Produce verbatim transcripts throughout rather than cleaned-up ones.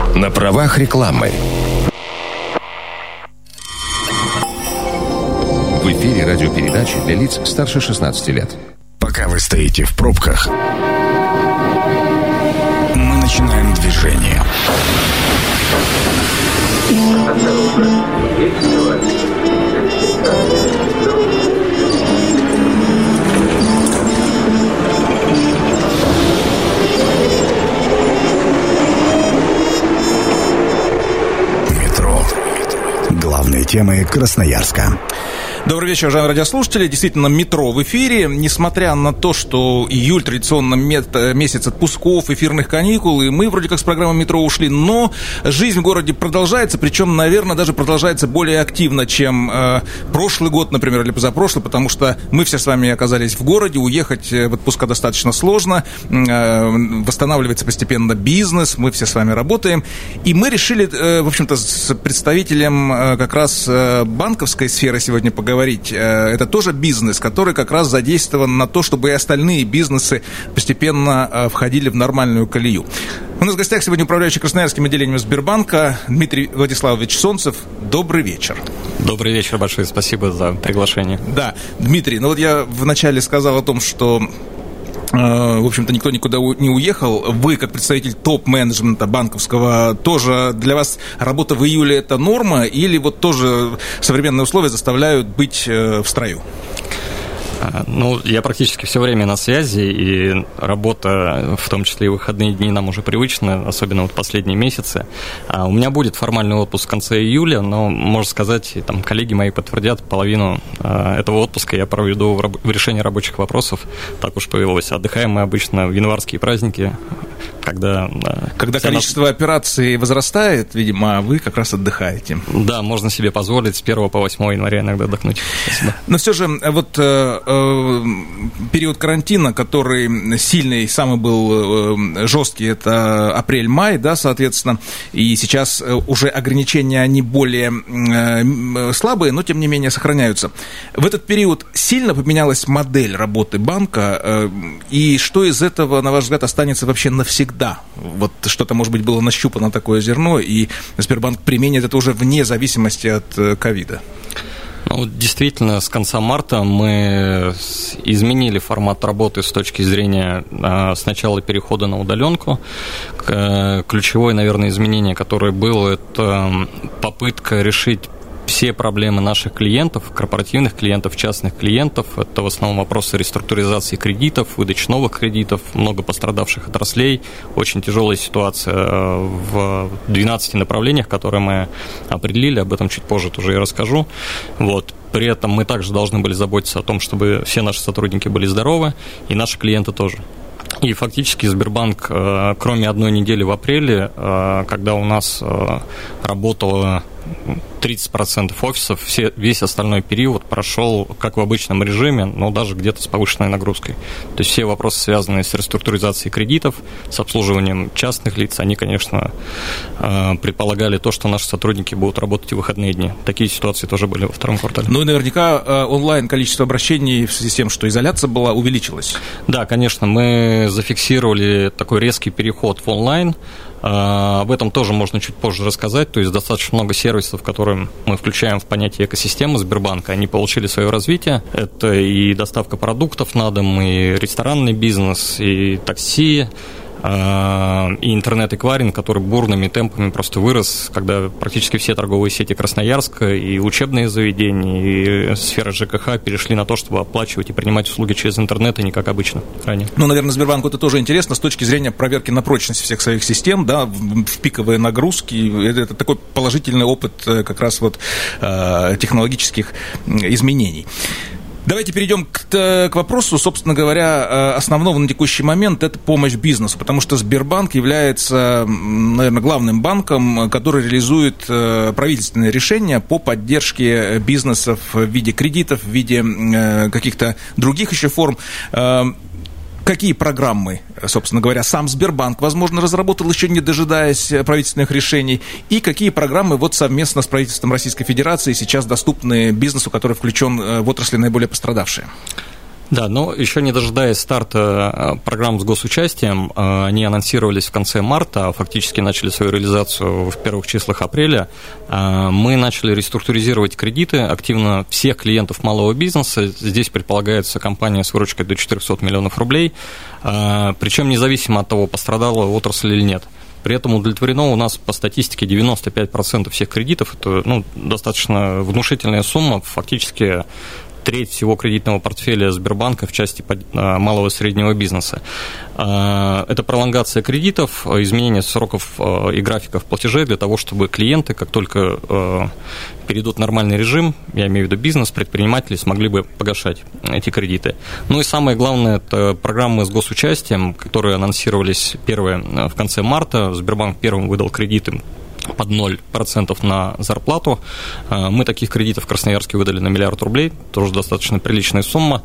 На правах рекламы. В эфире радиопередачи для лиц старше шестнадцати лет. Пока вы стоите в пробках, мы начинаем движение. Метро. Главные темы Красноярска. Добрый вечер, уважаемые радиослушатели. Действительно, метро в эфире. Несмотря на то, что июль традиционно месяц отпусков, эфирных каникул, и мы вроде как с программы «Метро» ушли, но жизнь в городе продолжается, причем, наверное, даже продолжается более активно, чем э, прошлый год, например, или позапрошлый, потому что мы все с вами оказались в городе, уехать в отпуска достаточно сложно, э, восстанавливается постепенно бизнес, мы все с вами работаем, и мы решили, э, в общем-то, с представителем э, как раз э, банковской сферы сегодня поговорить. Это тоже бизнес, который как раз задействован на то, чтобы и остальные бизнесы постепенно входили в нормальную колею. У нас в гостях сегодня управляющий Красноярским отделением Сбербанка Дмитрий Владиславович Солнцев. Добрый вечер. Добрый вечер, большое спасибо за приглашение. Да, Дмитрий, ну вот я вначале сказал о том, что в общем-то, никто никуда не уехал. Вы, как представитель топ-менеджмента банковского, тоже для вас работа в июле – это норма? Или вот тоже современные условия заставляют быть в строю? Ну, я практически все время на связи, и работа, в том числе и выходные дни, нам уже привычна, особенно вот последние месяцы. А у меня будет формальный отпуск в конце июля, но, можно сказать, там коллеги мои подтвердят, половину этого отпуска я проведу в, раб- в решении рабочих вопросов. Так уж повелось. Отдыхаем мы обычно в январские праздники, когда... Когда количество нас... операций возрастает, видимо, вы как раз отдыхаете. Да, можно себе позволить с первого по восьмое января иногда отдохнуть. Спасибо. Но все же, вот... период карантина, который сильный, самый был жесткий, это апрель-май, да, соответственно, и сейчас уже ограничения, они более слабые, но, тем не менее, сохраняются. В этот период сильно поменялась модель работы банка, и что из этого, на ваш взгляд, останется вообще навсегда? Вот что-то, может быть, было нащупано такое зерно, и Сбербанк применит это уже вне зависимости от ковида. Ну, действительно, с конца марта мы изменили формат работы с точки зрения сначала перехода на удаленку. Ключевое, наверное, изменение, которое было, это попытка решить все проблемы наших клиентов, корпоративных клиентов, частных клиентов. Это в основном вопросы реструктуризации кредитов, выдачи новых кредитов, много пострадавших отраслей, очень тяжелая ситуация в двенадцати направлениях, которые мы определили, об этом чуть позже тоже и расскажу. Вот. При этом мы также должны были заботиться о том, чтобы все наши сотрудники были здоровы, и наши клиенты тоже. И фактически Сбербанк, кроме одной недели в апреле, когда у нас работало тридцать процентов офисов, все, весь остальной период прошел как в обычном режиме, но даже где-то с повышенной нагрузкой. То есть все вопросы, связанные с реструктуризацией кредитов, с обслуживанием частных лиц, они, конечно, предполагали то, что наши сотрудники будут работать и в выходные дни. Такие ситуации тоже были во втором квартале. Ну и наверняка онлайн количество обращений в связи с тем, что изоляция была, увеличилось. Да, конечно, мы зафиксировали такой резкий переход в онлайн. Об этом тоже можно чуть позже рассказать. То есть достаточно много сервисов, которые мы включаем в понятие экосистемы Сбербанка. Они получили свое развитие. Это и доставка продуктов на дом, и ресторанный бизнес, и такси, и интернет-эквайринг, который бурными темпами просто вырос, когда практически все торговые сети Красноярска и учебные заведения, и сфера ЖКХ перешли на то, чтобы оплачивать и принимать услуги через интернет, и не как обычно ранее. Ну, наверное, Сбербанку это тоже интересно с точки зрения проверки на прочность всех своих систем, да, в, в пиковые нагрузки. Это, это такой положительный опыт как раз вот технологических изменений. Давайте перейдем к, к вопросу, собственно говоря, основного на текущий момент – это помощь бизнесу, потому что Сбербанк является, наверное, главным банком, который реализует правительственные решения по поддержке бизнесов в виде кредитов, в виде каких-то других еще форм. Какие программы, собственно говоря, сам Сбербанк, возможно, разработал, еще не дожидаясь правительственных решений, и какие программы вот совместно с правительством Российской Федерации сейчас доступны бизнесу, который включен в отрасли наиболее пострадавшие? Да, но еще не дожидаясь старта программ с госучастием, они анонсировались в конце марта, а фактически начали свою реализацию в первых числах апреля. Мы начали реструктуризировать кредиты активно всех клиентов малого бизнеса. Здесь предполагается компания с выручкой до четыреста миллионов рублей, причем независимо от того, пострадала отрасль или нет. При этом удовлетворено у нас по статистике девяносто пять процентов всех кредитов. Это ну, достаточно внушительная сумма, фактически треть всего кредитного портфеля Сбербанка в части малого и среднего бизнеса. Это пролонгация кредитов, изменение сроков и графиков платежей для того, чтобы клиенты, как только перейдут в нормальный режим, я имею в виду бизнес, предприниматели смогли бы погашать эти кредиты. Ну и самое главное, это программы с госучастием, которые анонсировались первые в конце марта. Сбербанк первым выдал кредиты под ноль процентов на зарплату. Мы таких кредитов в Красноярске выдали на миллиард рублей, тоже достаточно приличная сумма.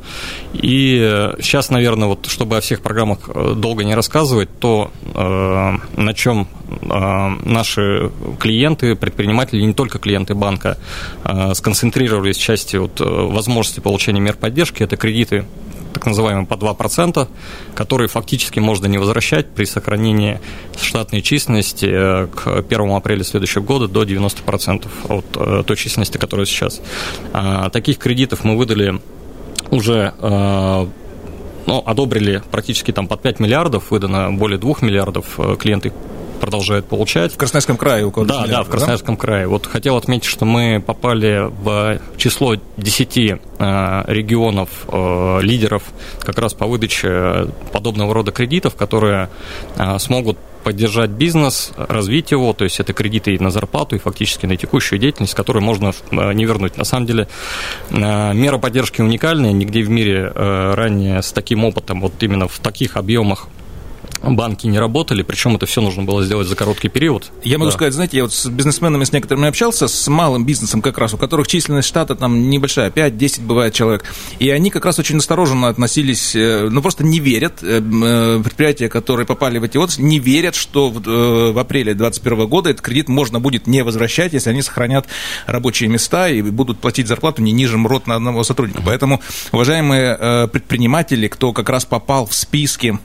И сейчас, наверное, вот, чтобы о всех программах долго не рассказывать, то э, на чем э, наши клиенты, предприниматели, не только клиенты банка, э, сконцентрировались в части вот, возможности получения мер поддержки, это кредиты так называемые по два процента, которые фактически можно не возвращать при сохранении штатной численности к первому апреля следующего года до девяноста процентов от той численности, которая сейчас. Таких кредитов мы выдали уже, ну, одобрили практически там под пять миллиардов, выдано более двух миллиардов, клиенты продолжают получать. В Красноярском крае около Да, да, в Красноярском да? крае. Вот хотел отметить, что мы попали в число десяти э, регионов, э, лидеров как раз по выдаче подобного рода кредитов, которые э, смогут поддержать бизнес, развить его, то есть это кредиты и на зарплату, и фактически на текущую деятельность, которую можно не вернуть. На самом деле мера поддержки уникальная, нигде в мире ранее с таким опытом, вот именно в таких объемах банки не работали, причем это все нужно было сделать за короткий период. Я могу да. сказать, знаете, я вот с бизнесменами, с некоторыми общался, с малым бизнесом как раз, у которых численность штата там небольшая, пять-десять бывает человек, и они как раз очень настороженно относились, ну просто не верят, предприятия, которые попали в эти отрасли, не верят, что в, в апреле двадцать первого года этот кредит можно будет не возвращать, если они сохранят рабочие места и будут платить зарплату не ниже МРОТ на одного сотрудника. Поэтому, уважаемые предприниматели, кто как раз попал в списки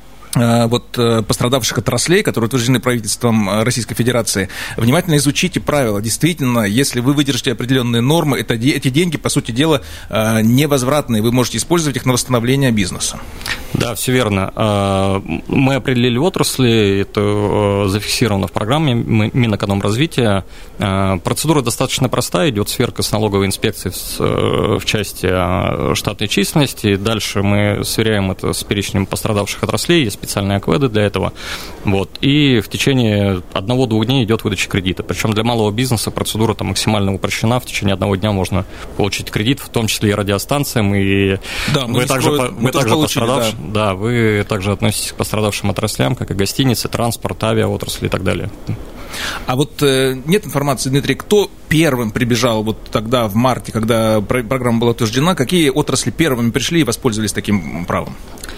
вот пострадавших отраслей, которые утверждены правительством Российской Федерации, внимательно изучите правила. Действительно, если вы выдержите определенные нормы, это, эти деньги, по сути дела, невозвратные. Вы можете использовать их на восстановление бизнеса. Да, все верно. Мы определили отрасли, это зафиксировано в программе Минэкономразвития. Процедура достаточно простая, идет сверка с налоговой инспекцией в части штатной численности. Дальше мы сверяем это с перечнем пострадавших отраслей, есть специальные акведы для этого. Вот. И в течение одного-двух дней идет выдача кредита. Причем для малого бизнеса процедура там максимально упрощена. В течение одного дня можно получить кредит, в том числе и радиостанциям. И да, мы вы также, скоро, вы мы также получили, пострадавшие. Да. Да, вы также относитесь к пострадавшим отраслям, как и гостиницы, транспорт, авиаотрасли и так далее. А вот э, нет информации, Дмитрий, кто первым прибежал вот тогда, в марте, когда программа была утверждена, какие отрасли первыми пришли и воспользовались таким правом?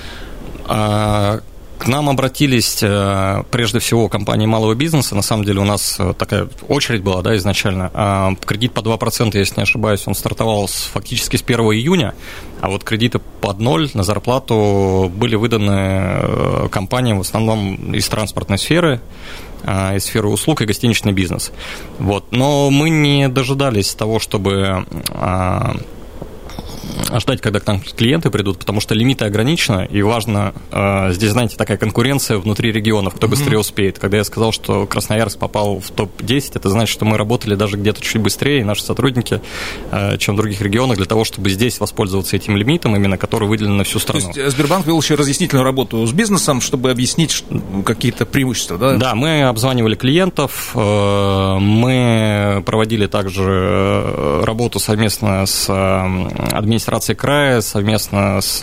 А... К нам обратились прежде всего компании малого бизнеса. На самом деле у нас такая очередь была, да, изначально. Кредит по два процента, если не ошибаюсь, он стартовал с, фактически с первого июня, а вот кредиты под ноль на зарплату были выданы компаниям в основном из транспортной сферы, из сферы услуг и гостиничный бизнес. Вот. Но мы не дожидались того, чтобы ждать, когда к нам клиенты придут, потому что лимиты ограничены, и важно, э, здесь, знаете, такая конкуренция внутри регионов, кто быстрее mm-hmm. успеет. Когда я сказал, что Красноярск попал в топ десять, это значит, что мы работали даже где-то чуть быстрее, и наши сотрудники, э, чем в других регионах, для того, чтобы здесь воспользоваться этим лимитом, именно который выделен на всю страну. То есть Сбербанк вел еще разъяснительную работу с бизнесом, чтобы объяснить какие-то преимущества, да? Да, мы обзванивали клиентов, э, мы проводили также работу совместно с администрацией края, совместно с,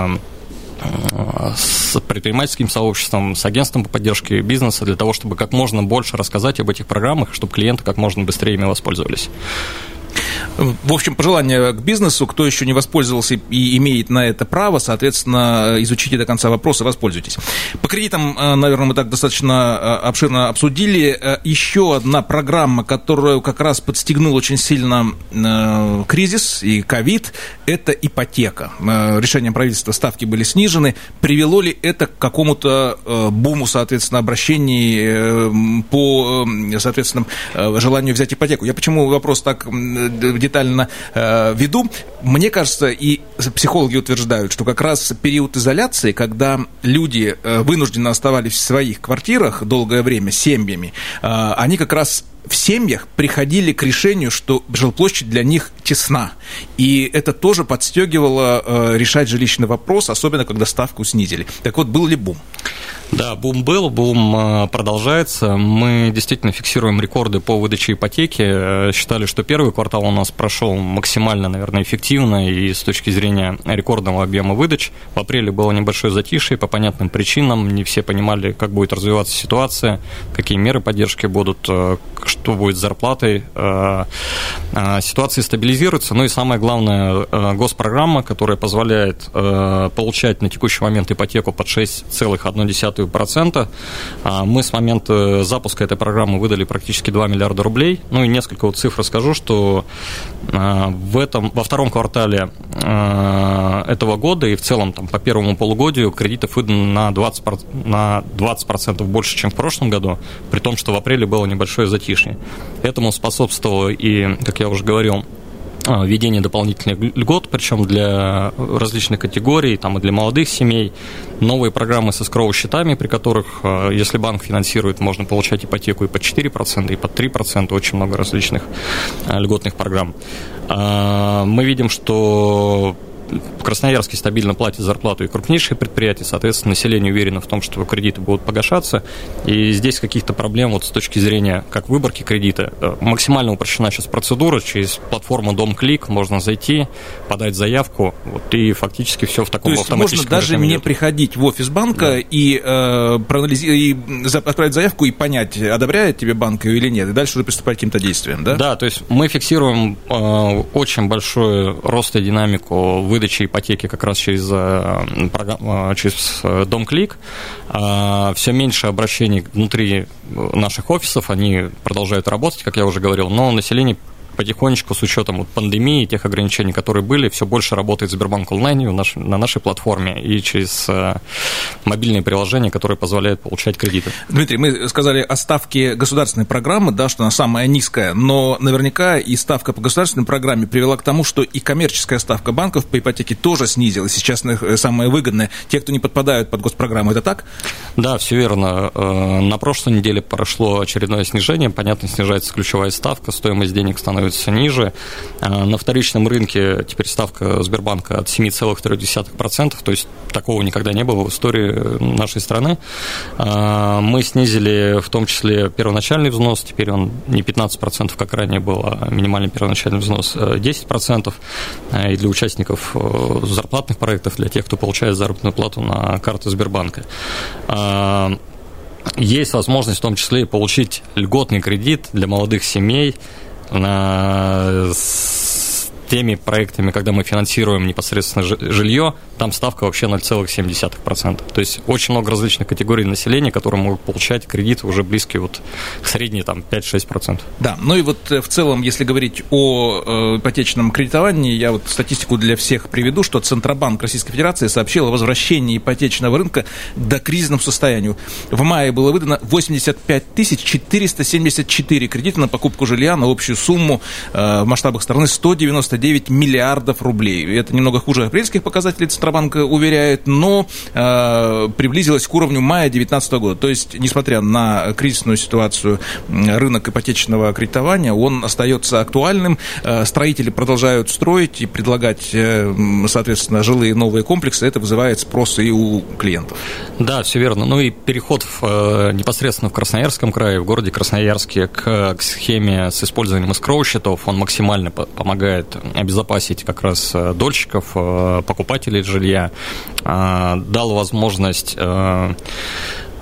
с предпринимательским сообществом, с агентством по поддержке бизнеса, для того, чтобы как можно больше рассказать об этих программах, чтобы клиенты как можно быстрее ими воспользовались. В общем, пожелание к бизнесу, кто еще не воспользовался и имеет на это право, соответственно, изучите до конца вопрос и воспользуйтесь. По кредитам, наверное, мы так достаточно обширно обсудили. Еще одна программа, которую как раз подстегнул очень сильно кризис и ковид, это ипотека. Решением правительства ставки были снижены. Привело ли это к какому-то буму, соответственно, обращений по, соответственно, желанию взять ипотеку? Я почему вопрос так детально э, веду. Мне кажется, и психологи утверждают, что как раз период изоляции, когда люди э, вынужденно оставались в своих квартирах долгое время семьями, э, они как раз в семьях приходили к решению, что жилплощадь для них тесна. И это тоже подстегивало э, решать жилищный вопрос, особенно когда ставку снизили. Так вот, был ли бум? Да, бум был, бум продолжается. Мы действительно фиксируем рекорды по выдаче ипотеки. Считали, что первый квартал у нас прошел максимально, наверное, эффективно и с точки зрения рекордного объема выдач. В апреле было небольшое затишье по понятным причинам. Не все понимали, как будет развиваться ситуация, какие меры поддержки будут, что будет с зарплатой. Ситуация стабилизируется. Ну и самое главное, госпрограмма, которая позволяет получать на текущий момент ипотеку под шесть целых одна десятая процента. Мы с момента запуска этой программы выдали практически два миллиарда рублей. Ну и несколько вот цифр скажу, что в этом, во втором квартале этого года и в целом там, по первому полугодию кредитов выдано на двадцать, на двадцать процентов больше, чем в прошлом году, при том, что в апреле было небольшое затишье. Этому способствовало и, как я уже говорил, введение дополнительных льгот, причем для различных категорий, там и для молодых семей, новые программы с эскроу-счетами, при которых, если банк финансирует, можно получать ипотеку и под четыре процента, и под три процента, очень много различных льготных программ. Мы видим, что в Красноярске стабильно платят зарплату и крупнейшие предприятия, соответственно, население уверено в том, что кредиты будут погашаться, и здесь каких-то проблем вот с точки зрения как выборки кредита. Максимально упрощена сейчас процедура, через платформу Дом.Клик можно зайти, подать заявку, вот, и фактически все в таком автоматическом режиме. То есть можно даже не приходить в офис банка, да, и, э, проанализировать, и отправить заявку и понять, одобряет тебе банк ее или нет, и дальше уже приступать к каким-то действиям, да? Да, то есть мы фиксируем э, очень большой рост и динамику выдачи ипотеки как раз через, через Дом.Клик. Все меньше обращений внутри наших офисов, они продолжают работать, как я уже говорил, но население потихонечку, с учетом вот пандемии, тех ограничений, которые были, все больше работает Сбербанк онлайн на нашей платформе и через мобильные приложения, которые позволяют получать кредиты. Дмитрий, мы сказали о ставке государственной программы, да, что она самая низкая, но наверняка и ставка по государственной программе привела к тому, что и коммерческая ставка банков по ипотеке тоже снизилась. Сейчас самое выгодное те, кто не подпадают под госпрограмму, это так? Да, все верно. На прошлой неделе прошло очередное снижение. Понятно, снижается ключевая ставка, стоимость денег становится ниже. На вторичном рынке теперь ставка Сбербанка от семь целых три десятых процента, то есть такого никогда не было в истории нашей страны. Мы снизили в том числе первоначальный взнос, теперь он не пятнадцать процентов, как ранее был, а минимальный первоначальный взнос десять процентов. И для участников зарплатных проектов, для тех, кто получает заработную плату на карту Сбербанка. Есть возможность в том числе и получить льготный кредит для молодых семей на, с теми проектами, когда мы финансируем непосредственно жилье, там ставка вообще ноль целых семь десятых процента. То есть очень много различных категорий населения, которые могут получать кредиты уже близкие вот к средней там пять-шесть процентов. Да, ну и вот в целом, если говорить о ипотечном кредитовании, я вот статистику для всех приведу, что Центробанк Российской Федерации сообщил о возвращении ипотечного рынка к докризисному состоянию. В мае было выдано восемьдесят пять тысяч четыреста семьдесят четыре кредита на покупку жилья на общую сумму в масштабах страны сто девяносто девять миллиардов рублей. Это немного хуже апрельских показателей Центробанк уверяет, но э, приблизилось к уровню мая две тысячи девятнадцатого года. То есть, несмотря на кризисную ситуацию, рынок ипотечного кредитования, он остается актуальным. Э, строители продолжают строить и предлагать, э, соответственно, жилые новые комплексы. Это вызывает спрос и у клиентов. Да, все верно. Ну и переход в, э, непосредственно в Красноярском крае, в городе Красноярске к, к схеме с использованием эскроу-счетов, он максимально помогает обезопасить как раз дольщиков, покупателей жилья, дал возможность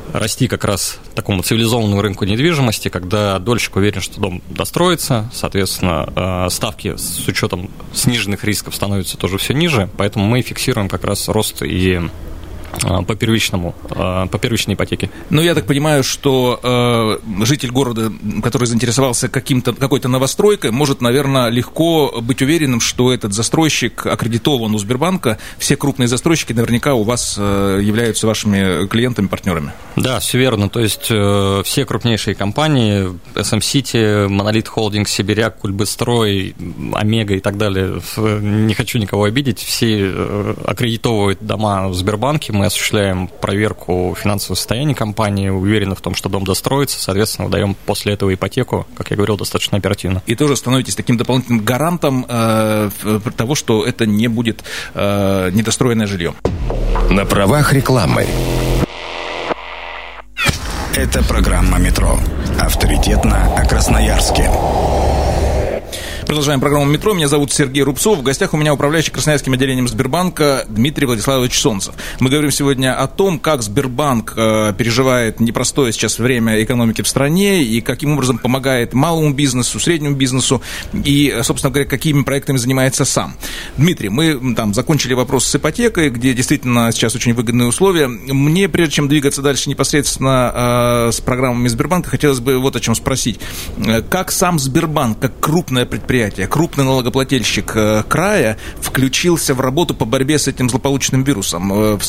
расти как раз такому цивилизованному рынку недвижимости, когда дольщик уверен, что дом достроится, соответственно, ставки с учетом сниженных рисков становятся тоже все ниже, поэтому мы фиксируем как раз рост и по первичному, по первичной ипотеке. Ну, я так понимаю, что э, житель города, который заинтересовался каким-то, какой-то новостройкой, может, наверное, легко быть уверенным, что этот застройщик аккредитован у Сбербанка. Все крупные застройщики наверняка у вас э, являются вашими клиентами, партнерами. Да, все верно. То есть э, все крупнейшие компании, эс эм City, Монолит Холдинг, Сибиряк, Кульбыстрой, Омега и так далее, не хочу никого обидеть, все э, аккредитовывают дома в Сбербанке. Мы осуществляем проверку финансового состояния компании, уверены в том, что дом достроится, соответственно, выдаем после этого ипотеку, как я говорил, достаточно оперативно. И тоже становитесь таким дополнительным гарантом э, того, что это не будет э, недостроенное жилье. На правах рекламы. Это программа «Метро». Авторитетно о Красноярске. Продолжаем программу «Метро». Меня зовут Сергей Рубцов. В гостях у меня управляющий красноярским отделением Сбербанка Дмитрий Владиславович Солнцев. Мы говорим сегодня о том, как Сбербанк э, переживает непростое сейчас время экономики в стране и каким образом помогает малому бизнесу, среднему бизнесу и, собственно говоря, какими проектами занимается сам. Дмитрий, мы там закончили вопрос с ипотекой, где действительно сейчас очень выгодные условия. Мне, прежде чем двигаться дальше непосредственно э, с программами Сбербанка, хотелось бы вот о чем спросить. Как сам Сбербанк, как крупное предприятие, крупный налогоплательщик края включился в работу по борьбе с этим злополучным вирусом?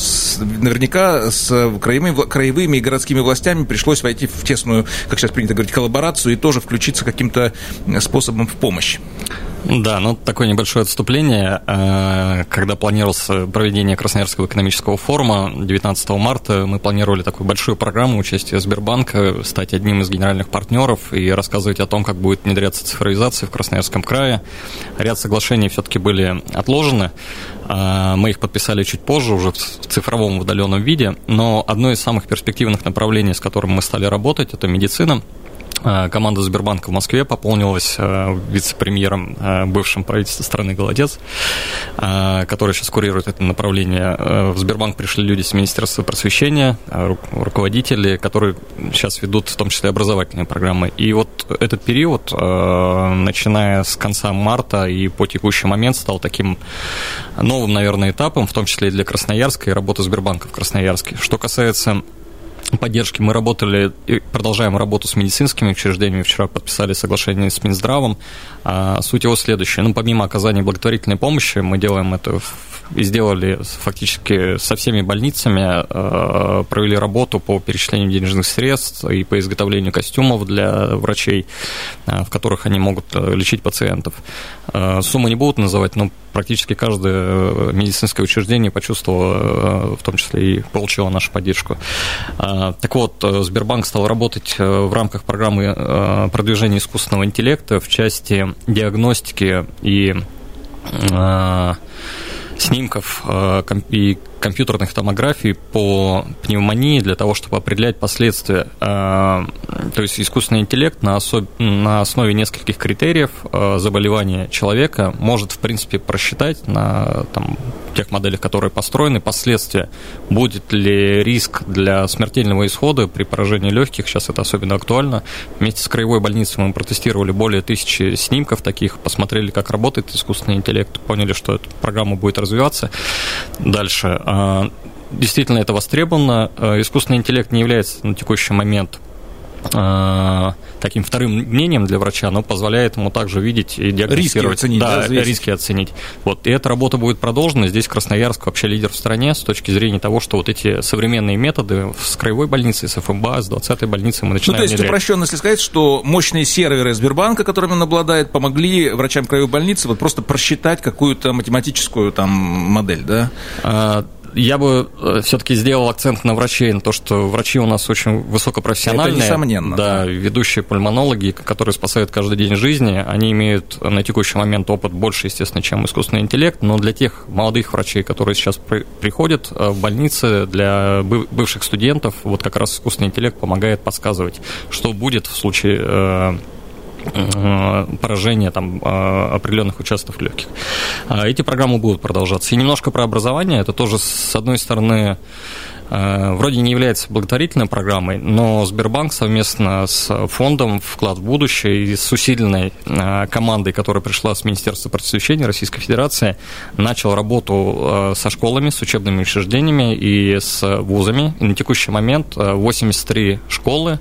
Наверняка с краевыми, краевыми и городскими властями пришлось войти в тесную, как сейчас принято говорить, коллаборацию и тоже включиться каким-то способом в помощь. Да, ну такое небольшое отступление. Когда планировалось проведение Красноярского экономического форума девятнадцатого марта, мы планировали такую большую программу участия Сбербанка, стать одним из генеральных партнеров и рассказывать о том, как будет внедряться цифровизация в Красноярском крае. Ряд соглашений все-таки были отложены. Мы их подписали чуть позже, уже в цифровом удаленном виде, но одно из самых перспективных направлений, с которым мы стали работать, это медицина. Команда Сбербанка в Москве пополнилась вице-премьером бывшим правительства страны Голодец, который сейчас курирует это направление. В Сбербанк пришли люди с Министерства просвещения, руководители, которые сейчас ведут в том числе образовательные программы. И вот этот период, начиная с конца марта и по текущий момент, стал таким новым, наверное, этапом, в том числе и для Красноярска, и работы Сбербанка в Красноярске. Что касается поддержки, мы работали и продолжаем работу с медицинскими учреждениями. Вчера подписали соглашение с Минздравом. А, суть его следующая. Ну, помимо оказания благотворительной помощи, мы делаем это и сделали фактически со всеми больницами, э, провели работу по перечислению денежных средств и по изготовлению костюмов для врачей, э, в которых они могут лечить пациентов. Э, суммы не будут называть, но практически каждое медицинское учреждение почувствовало, в том числе и получило нашу поддержку. Так вот, Сбербанк стал работать в рамках программы продвижения искусственного интеллекта в части диагностики и снимков и компьютерных томографий по пневмонии для того, чтобы определять последствия. То есть искусственный интеллект на, особ... на основе нескольких критериев заболевания человека может, в принципе, просчитать на там, тех моделях, которые построены, последствия. Будет ли риск для смертельного исхода при поражении легких, сейчас это особенно актуально. Вместе с краевой больницей мы протестировали более тысячи снимков таких, посмотрели, как работает искусственный интеллект, поняли, что эта программа будет развиваться дальше. Действительно, это востребовано. Искусственный интеллект не является на текущий момент таким вторым мнением для врача, но позволяет ему также видеть и диагностировать. Риски оценить. Да, да, риски оценить. Вот. И эта работа будет продолжена. Здесь Красноярск вообще лидер в стране с точки зрения того, что вот эти современные методы с краевой больницей, с эф эм бэ а, с двадцатой больницей мы начинаем Ну, то есть, внедрять. упрощенно, если сказать, что мощные серверы Сбербанка, которыми он обладает, помогли врачам краевой больницы вот просто просчитать какую-то математическую там модель, да? А, Я бы все-таки сделал акцент на врачей, на то, что врачи у нас очень высокопрофессиональные. Это несомненно. Да, ведущие пульмонологи, которые спасают каждый день жизни, они имеют на текущий момент опыт больше, естественно, чем искусственный интеллект, но для тех молодых врачей, которые сейчас при, приходят в больницы, для бывших студентов, вот как раз искусственный интеллект помогает подсказывать, что будет в случае поражения там, определенных участков легких. Эти программы будут продолжаться. И немножко про образование. Это тоже, с одной стороны, вроде не является благотворительной программой, но Сбербанк совместно с фондом «Вклад в будущее» и с усиленной командой, которая пришла с Министерства просвещения Российской Федерации, начал работу со школами, с учебными учреждениями и с вузами. И на текущий момент восемьдесят три школы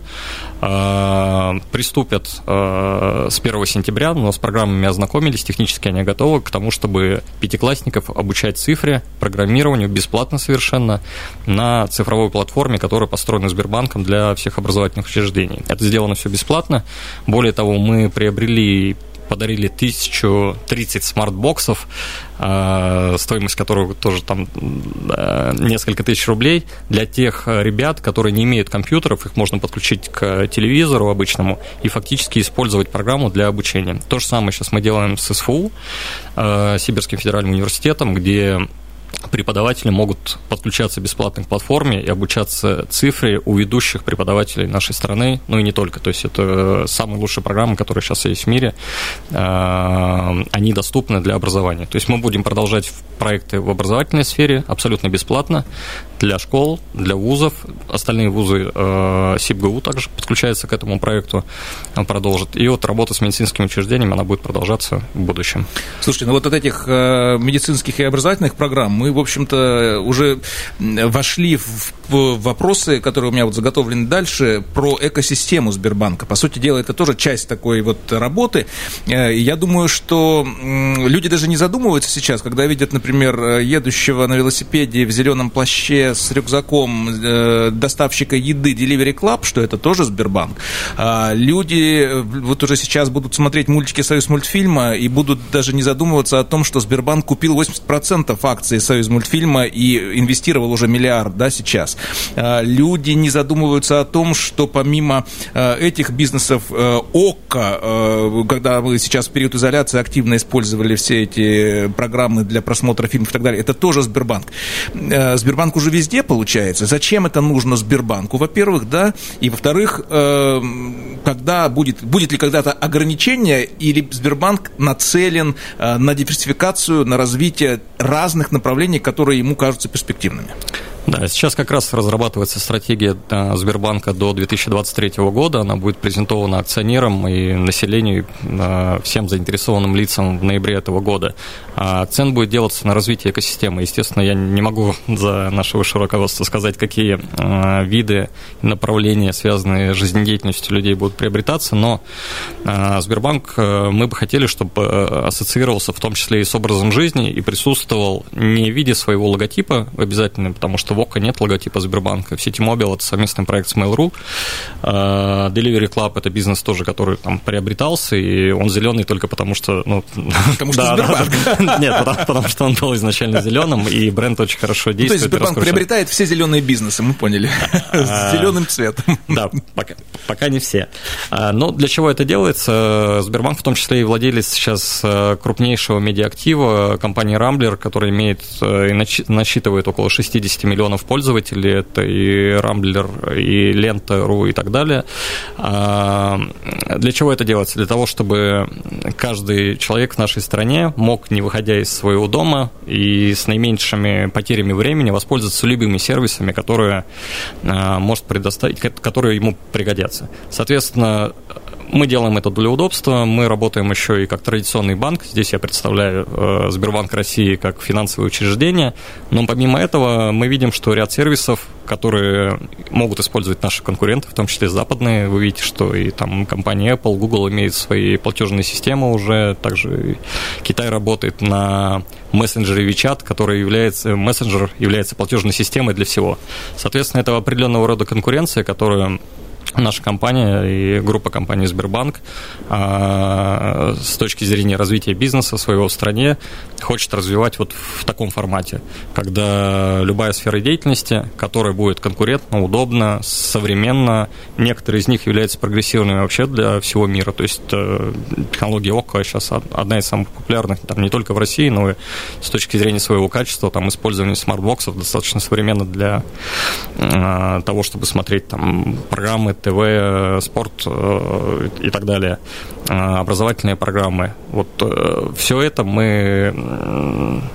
приступят с первого сентября, но с программами ознакомились, технически они готовы к тому, чтобы пятиклассников обучать цифре, программированию бесплатно совершенно на цифровой платформе, которая построена Сбербанком для всех образовательных учреждений. Это сделано все бесплатно. Более того, мы приобрели подарили тысячу тридцать смарт-боксов, стоимость которых тоже там несколько тысяч рублей, для тех ребят, которые не имеют компьютеров, их можно подключить к телевизору обычному и фактически использовать программу для обучения. То же самое сейчас мы делаем с СФУ, Сибирским федеральным университетом, где преподаватели могут подключаться бесплатно к платформе и обучаться цифре у ведущих преподавателей нашей страны, ну и не только. То есть это самые лучшие программы, которые сейчас есть в мире, они доступны для образования. То есть мы будем продолжать проекты в образовательной сфере абсолютно бесплатно для школ, для вузов. Остальные вузы СибГУ также подключаются к этому проекту, продолжат. И вот работа с медицинскими учреждениями, она будет продолжаться в будущем. Слушайте, ну вот от этих медицинских и образовательных программ мы, в общем-то, уже вошли в вопросы, которые у меня вот заготовлены дальше, про экосистему Сбербанка. По сути дела, это тоже часть такой вот работы. Я думаю, что люди даже не задумываются сейчас, когда видят, например, едущего на велосипеде в зеленом плаще с рюкзаком доставщика еды Delivery Club, что это тоже Сбербанк. Люди вот уже сейчас будут смотреть мультики Союзмультфильма и будут даже не задумываться о том, что Сбербанк купил восемьдесят процентов акций Союзмультфильма и инвестировал уже миллиард, да, сейчас. Люди не задумываются о том, что помимо этих бизнесов ОККО, когда мы сейчас в период изоляции активно использовали все эти программы для просмотра фильмов и так далее, это тоже Сбербанк. Сбербанк уже везде получается. Зачем это нужно Сбербанку, во-первых, да, и во-вторых, когда будет, будет ли когда-то ограничение, или Сбербанк нацелен на диверсификацию, на развитие разных направлений, которые ему кажутся перспективными? Да, сейчас как раз разрабатывается стратегия Сбербанка до две тысячи двадцать третьего года. Она будет презентована акционерам и населению, всем заинтересованным лицам в ноябре этого года. Акцент будет делаться на развитие экосистемы. Естественно, я не могу за наше высшее руководство сказать, какие виды и направления, связанные с жизнедеятельностью людей, будут приобретаться, но Сбербанк, мы бы хотели, чтобы ассоциировался в том числе и с образом жизни и присутствовал не в виде своего логотипа обязательно, потому что в ОККО нет логотипа Сбербанка. В сети Мобил это совместный проект с Mail.ru. Delivery Club это бизнес тоже, который там приобретался, и он зеленый только потому, что... Ну, потому что Сбербанк. Нет, потому что он был изначально зеленым, и бренд очень хорошо действует. То есть Сбербанк приобретает все зеленые бизнесы, мы поняли, с зеленым цветом. Да, пока не все. Но для чего это делается? Сбербанк в том числе и владелец сейчас крупнейшего медиаактива компании Рамблер, которая имеет и насчитывает около шестьдесят миллионов пользователей, это и Рамблер, и Лента.ру и так далее. Для чего это делается? Для того, чтобы каждый человек в нашей стране мог, не выходя из своего дома и с наименьшими потерями времени, воспользоваться любыми сервисами, которые может предоставить, которые ему пригодятся. Соответственно, мы делаем это для удобства, мы работаем еще и как традиционный банк, здесь я представляю э, Сбербанк России как финансовое учреждение, но помимо этого мы видим, что ряд сервисов, которые могут использовать наши конкуренты, в том числе западные, вы видите, что и там компания Apple, Google имеют свои платежные системы уже, также Китай работает на мессенджере WeChat, который является, мессенджер является платежной системой для всего. Соответственно, это определенного рода конкуренция, которая наша компания и группа компаний Сбербанк а, с точки зрения развития бизнеса своего в стране хочет развивать вот в таком формате, когда любая сфера деятельности, которая будет конкурентна, удобна, современна, некоторые из них являются прогрессивными вообще для всего мира, то есть технология ОККО сейчас одна из самых популярных там, не только в России, но и с точки зрения своего качества, там использование смарт-боксов достаточно современно для а, того, чтобы смотреть там программы, ТВ, спорт и так далее, образовательные программы. Вот все это мы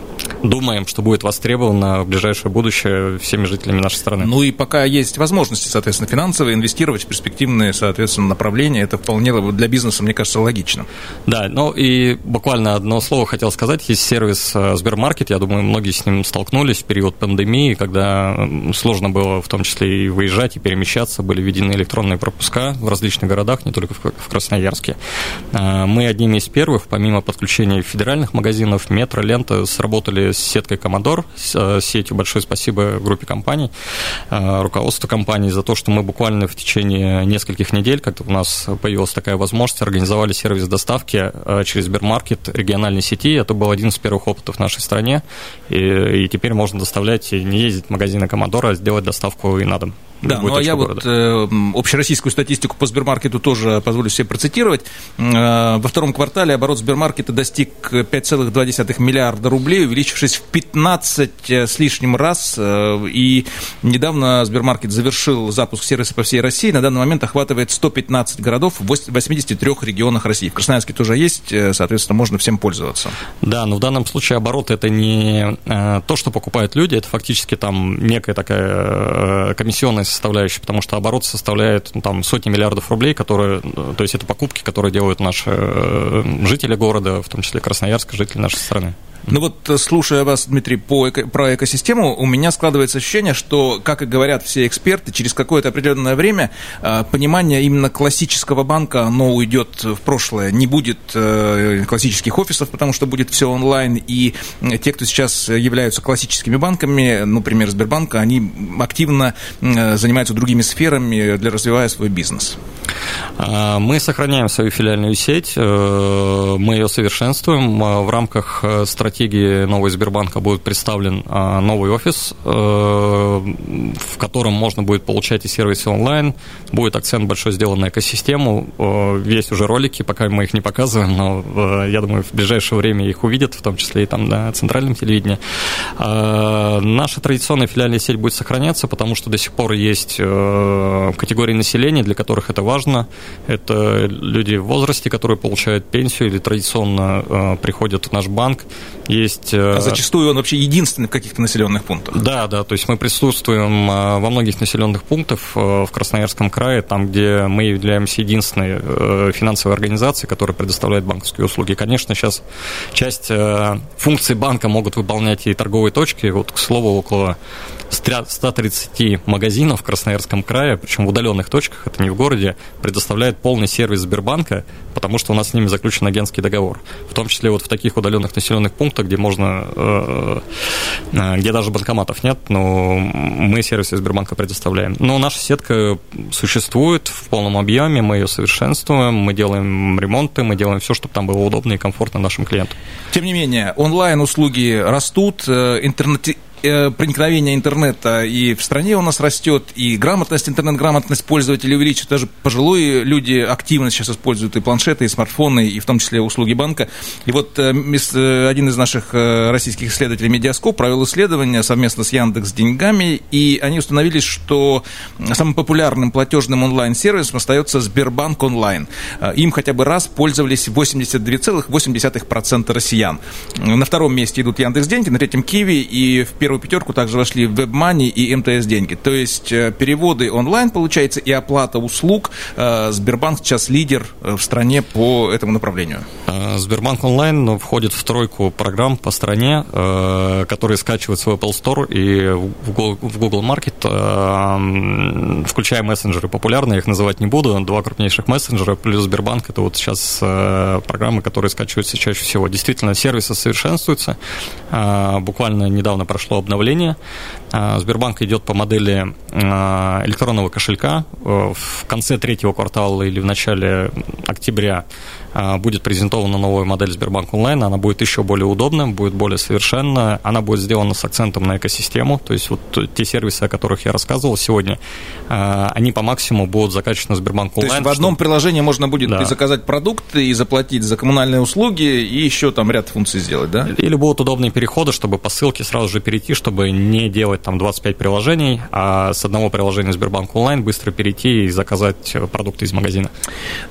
думаем, что будет востребовано в ближайшее будущее всеми жителями нашей страны. Ну и пока есть возможности, соответственно, финансовые, инвестировать в перспективные, соответственно, направления, это вполне для бизнеса, мне кажется, логично. Да, ну и буквально одно слово хотел сказать. Есть сервис Сбермаркет, я думаю, многие с ним столкнулись в период пандемии, когда сложно было в том числе и выезжать, и перемещаться, были введены электронные пропуска в различных городах, не только в Красноярске. Мы одними из первых, помимо подключения федеральных магазинов, Метро, Лента, сработали с сеткой Commodore, с сетью. Большое спасибо группе компаний, руководству компании за то, что мы буквально в течение нескольких недель, как у нас появилась такая возможность, организовали сервис доставки через Сбермаркет региональной сети. Это был один из первых опытов в нашей стране, и, и теперь можно доставлять и не ездить в магазины Commodore, а сделать доставку и на дом. Да, ну а я города. вот э, общероссийскую статистику по Сбермаркету тоже позволю себе процитировать. Э, во втором квартале оборот Сбермаркета достиг пять целых два десятых миллиарда рублей, увеличившись в пятнадцать с лишним раз. Э, и недавно Сбермаркет завершил запуск сервиса по всей России. На данный момент охватывает сто пятнадцать городов в восьмидесяти трёх регионах России. В Красноярске тоже есть, соответственно, можно всем пользоваться. Да, но в данном случае оборот – это не э, то, что покупают люди, это фактически там некая такая э, комиссионная составляющая, потому что оборот составляет ну, там, сотни миллиардов рублей, которые, то есть это покупки, которые делают наши жители города, в том числе Красноярска, жители нашей страны. Ну вот, слушая вас, Дмитрий, по эко, про экосистему, у меня складывается ощущение, что, как и говорят все эксперты, через какое-то определенное время э, понимание именно классического банка, оно уйдет в прошлое. Не будет э, классических офисов, потому что будет все онлайн, и те, кто сейчас являются классическими банками, например, Сбербанка, они активно э, занимаются другими сферами, для развивая свой бизнес. Мы сохраняем свою филиальную сеть, мы ее совершенствуем. В рамках стратегии нового Сбербанка будет представлен новый офис, в котором можно будет получать и сервисы онлайн. Будет акцент большой сделан на экосистему. Есть уже ролики, пока мы их не показываем, но я думаю, в ближайшее время их увидят, в том числе и там на центральном телевидении. Наша традиционная филиальная сеть будет сохраняться, потому что до сих пор есть категории населения, для которых это важно. Это люди в возрасте, которые получают пенсию или традиционно э, приходят в наш банк. Есть, э, а зачастую он вообще единственный в каких-то населенных пунктах. Да, да, то есть мы присутствуем э, во многих населенных пунктах э, в Красноярском крае, там, где мы являемся единственной э, финансовой организацией, которая предоставляет банковские услуги. Конечно, сейчас часть э, функций банка могут выполнять и торговые точки. Вот, к слову, около ста тридцати магазинов в Красноярском крае, причем в удаленных точках, это не в городе, предоставляет полный сервис Сбербанка, потому что у нас с ними заключен агентский договор. В том числе вот в таких удаленных населенных пунктах, где можно, где даже банкоматов нет, но мы сервисы Сбербанка предоставляем. Но наша сетка существует в полном объеме, мы ее совершенствуем, мы делаем ремонты, мы делаем все, чтобы там было удобно и комфортно нашим клиентам. Тем не менее, онлайн-услуги растут, интернет... проникновение интернета и в стране у нас растет, и грамотность, интернет-грамотность пользователей увеличивается. Даже пожилые люди активно сейчас используют и планшеты, и смартфоны, и в том числе услуги банка. И вот один из наших российских исследователей, Медиаскоп, провел исследование совместно с Яндекс.Деньгами, и они установили, что самым популярным платежным онлайн-сервисом остается Сбербанк онлайн. Им хотя бы раз пользовались восемьдесят два целых восемь десятых процента россиян. На втором месте идут Яндекс.Деньги, на третьем Киви, и в первую пятерку также вошли WebMoney и эм тэ эс деньги. То есть переводы онлайн, получается, и оплата услуг. Сбербанк сейчас лидер в стране по этому направлению. Сбербанк онлайн входит в тройку программ по стране, которые скачивают свой Apple Store и в Google Market, включая мессенджеры популярные, я их называть не буду, два крупнейших мессенджера, плюс Сбербанк, это вот сейчас программы, которые скачиваются чаще всего. Действительно, сервисы совершенствуются. Буквально недавно прошло обновление. Сбербанк идет по модели электронного кошелька. В конце третьего квартала или в начале октября будет презентована новая модель Сбербанк онлайн. Она будет еще более удобна, будет более совершенна. Она будет сделана с акцентом на экосистему. То есть вот те сервисы, о которых я рассказывал сегодня, они по максимуму будут закачаны в Сбербанк онлайн. То есть в одном чтобы... приложении можно будет да. и заказать продукты, и заплатить за коммунальные услуги, и еще там ряд функций сделать, да? Или будут удобные переходы, чтобы по ссылке сразу же перейти, чтобы не делать там двадцать пять приложений, а с одного приложения Сбербанк онлайн быстро перейти и заказать продукты из магазина. Дмитрий, у нас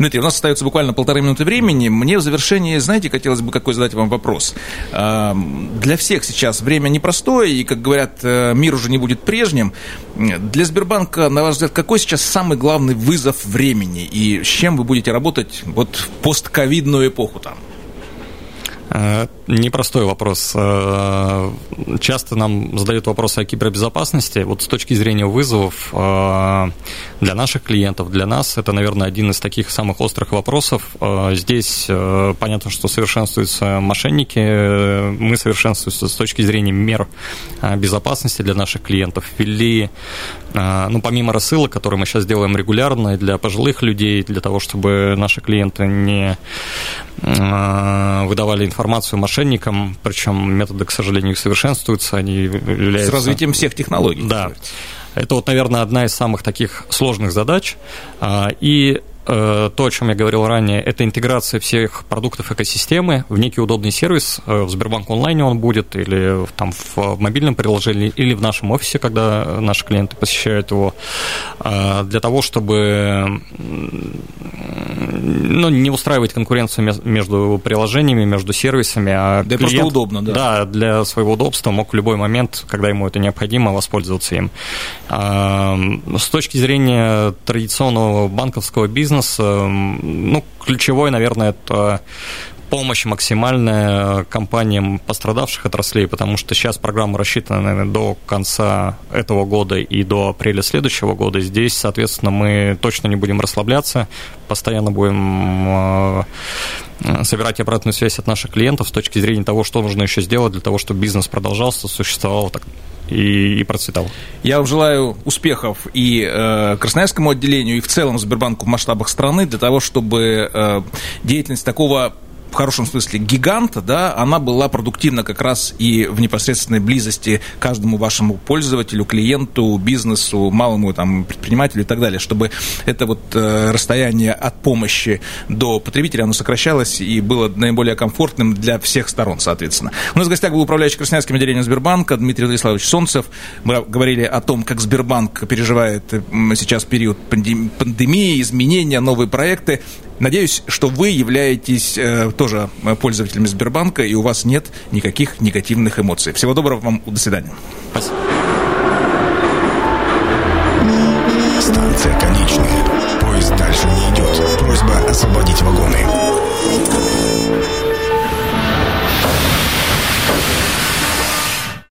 остается буквально полторы минуты времени. Мне в завершении, знаете, хотелось бы какой задать вам вопрос. Для всех сейчас время непростое, и, как говорят, мир уже не будет прежним. Для Сбербанка, на ваш взгляд, какой сейчас самый главный вызов времени? И с чем вы будете работать вот в постковидную эпоху там? Непростой вопрос. Часто нам задают вопросы о кибербезопасности. Вот с точки зрения вызовов для наших клиентов, для нас, это, наверное, один из таких самых острых вопросов. Здесь понятно, что совершенствуются мошенники. Мы совершенствуемся с точки зрения мер безопасности для наших клиентов. Ввели, ну, помимо рассылок, которые мы сейчас делаем регулярно для пожилых людей, для того, чтобы наши клиенты не выдавали информацию мошенникам, причем методы, к сожалению, их совершенствуются, они являются... С развитием всех технологий. Да. Это вот, наверное, одна из самых таких сложных задач. И то, о чем я говорил ранее, это интеграция всех продуктов экосистемы в некий удобный сервис. В Сбербанк онлайне он будет, или там в мобильном приложении, или в нашем офисе, когда наши клиенты посещают его, для того, чтобы, ну, не устраивать конкуренцию между приложениями, между сервисами. А да, клиент, просто удобно, да. Да, для своего удобства мог в любой момент, когда ему это необходимо, воспользоваться им. С точки зрения традиционного банковского бизнеса, ну, ключевой, наверное, это помощь максимальная компаниям пострадавших отраслей, потому что сейчас программа рассчитана, наверное, до конца этого года и до апреля следующего года. Здесь, соответственно, мы точно не будем расслабляться, постоянно будем собирать обратную связь от наших клиентов с точки зрения того, что нужно еще сделать для того, чтобы бизнес продолжался, существовал так и, и процветал. Я вам желаю успехов и э, Красноярскому отделению, и в целом Сбербанку в масштабах страны для того, чтобы э, деятельность такого, в хорошем смысле, гиганта, да, она была продуктивна как раз и в непосредственной близости каждому вашему пользователю, клиенту, бизнесу, малому там, предпринимателю и так далее, чтобы это вот э, расстояние от помощи до потребителя, оно сокращалось и было наиболее комфортным для всех сторон, соответственно. У нас в гостях был управляющий Красноярским отделением Сбербанка Дмитрий Владиславович Солнцев. Мы говорили о том, как Сбербанк переживает сейчас период пандемии, изменения, новые проекты. Надеюсь, что вы являетесь э, тоже пользователями Сбербанка, и у вас нет никаких негативных эмоций. Всего доброго вам, до свидания. Спасибо. Станция конечная. Поезд дальше не идет. Просьба освободить вагоны.